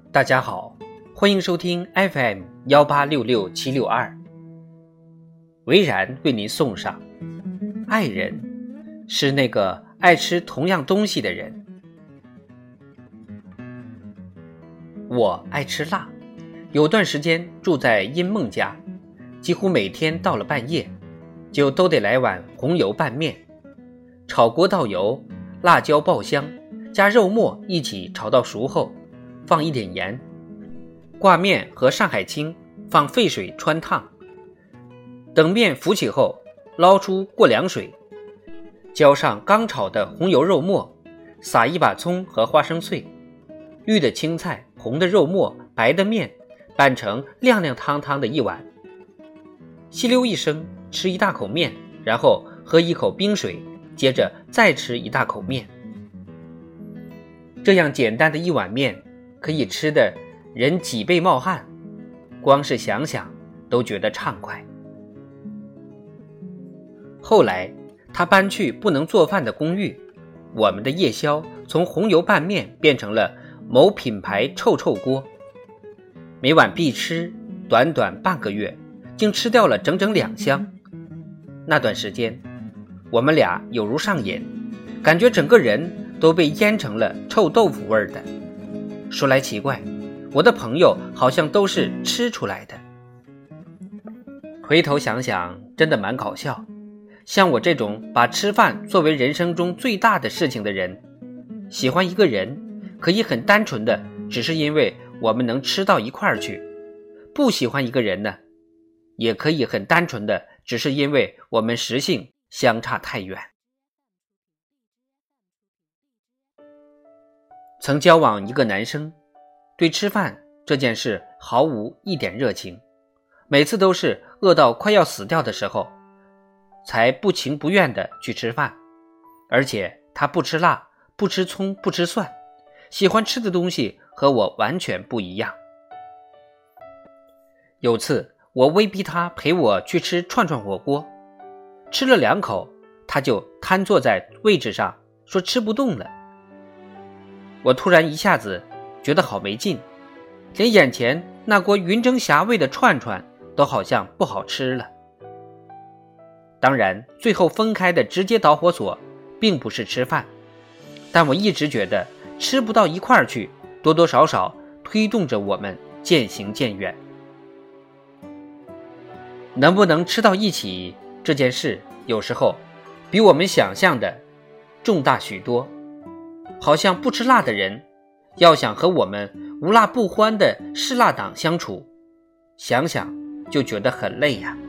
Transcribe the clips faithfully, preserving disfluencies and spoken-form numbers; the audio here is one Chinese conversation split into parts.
大家好，欢迎收听 F M 一八六六七六二，维然为您送上爱人是那个爱吃同样东西的人。我爱吃辣，有段时间住在殷梦家，几乎每天到了半夜就都得来碗红油拌面，炒锅倒油，辣椒爆香，加肉末一起炒到熟后，放一点盐，挂面和上海青，放沸水汆烫，等面浮起后捞出过凉水，浇上刚炒的红油肉末，撒一把葱和花生碎，绿的青菜，红的肉末，白的面，拌成亮亮汤汤的一碗，吸溜一声吃一大口面，然后喝一口冰水，接着再吃一大口面。这样简单的一碗面可以吃得人脊背冒汗，光是想想都觉得畅快。后来他搬去不能做饭的公寓，我们的夜宵从红油拌面变成了某品牌臭臭锅，每晚必吃，短短半个月竟吃掉了整整两箱。那段时间我们俩有如上瘾，感觉整个人都被腌成了臭豆腐味的。说来奇怪，我的朋友好像都是吃出来的。回头想想真的蛮搞笑，像我这种把吃饭作为人生中最大的事情的人，喜欢一个人可以很单纯的只是因为我们能吃到一块儿去，不喜欢一个人呢，也可以很单纯的只是因为我们食性相差太远。曾交往一个男生，对吃饭这件事毫无一点热情，每次都是饿到快要死掉的时候才不情不愿地去吃饭，而且他不吃辣，不吃葱，不吃蒜，喜欢吃的东西和我完全不一样。有次我威逼他陪我去吃串串火锅，吃了两口他就瘫坐在位置上说吃不动了。我突然一下子觉得好没劲，连眼前那锅云蒸霞蔚的串串都好像不好吃了。当然最后分开的直接导火索并不是吃饭，但我一直觉得吃不到一块儿去，多多少少推动着我们渐行渐远。能不能吃到一起这件事，有时候比我们想象的重大许多。好像不吃辣的人要想和我们无辣不欢的嗜辣党相处，想想就觉得很累呀。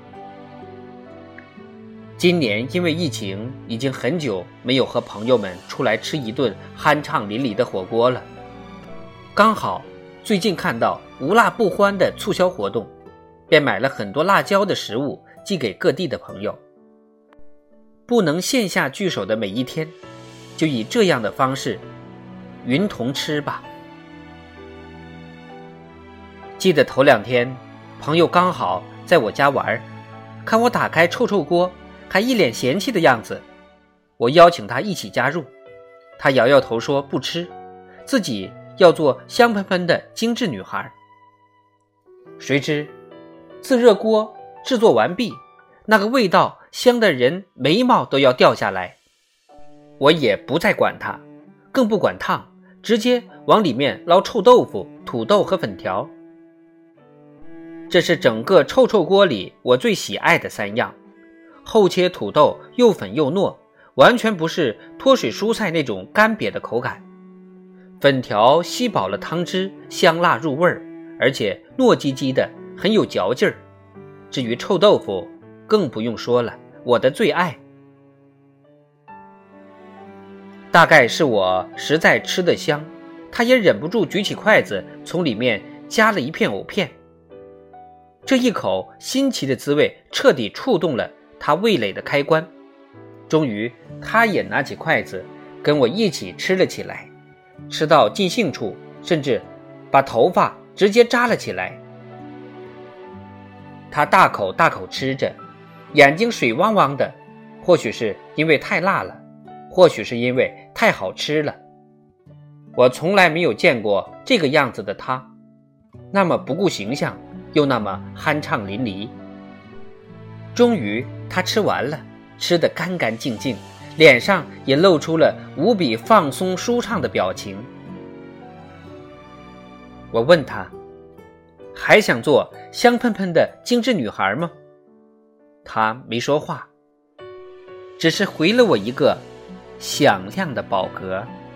今年因为疫情，已经很久没有和朋友们出来吃一顿酣畅淋漓的火锅了。刚好最近看到无辣不欢的促销活动，便买了很多辣椒的食物寄给各地的朋友。不能线下聚首的每一天，就以这样的方式云同吃吧。记得头两天朋友刚好在我家玩，看我打开臭臭锅还一脸嫌弃的样子，我邀请他一起加入，他摇摇头说不吃，自己要做香喷喷的精致女孩。谁知自热锅制作完毕，那个味道香的人眉毛都要掉下来。我也不再管它，更不管烫，直接往里面捞臭豆腐、土豆和粉条。这是整个臭臭锅里我最喜爱的三样。厚切土豆又粉又糯，完全不是脱水蔬菜那种干瘪的口感。粉条吸饱了汤汁，香辣入味儿，而且糯叽叽的，很有嚼劲儿。至于臭豆腐更不用说了，我的最爱。大概是我实在吃得香，他也忍不住举起筷子从里面夹了一片藕片。这一口新奇的滋味彻底触动了他味蕾的开关，终于他也拿起筷子跟我一起吃了起来，吃到尽兴处，甚至把头发直接扎了起来。他大口大口吃着，眼睛水汪汪的，或许是因为太辣了，或许是因为太好吃了。我从来没有见过这个样子的他，那么不顾形象，又那么酣畅淋漓。终于他吃完了，吃得干干净净，脸上也露出了无比放松舒畅的表情。我问他，还想做香喷喷的精致女孩吗？他没说话，只是回了我一个响亮的饱嗝。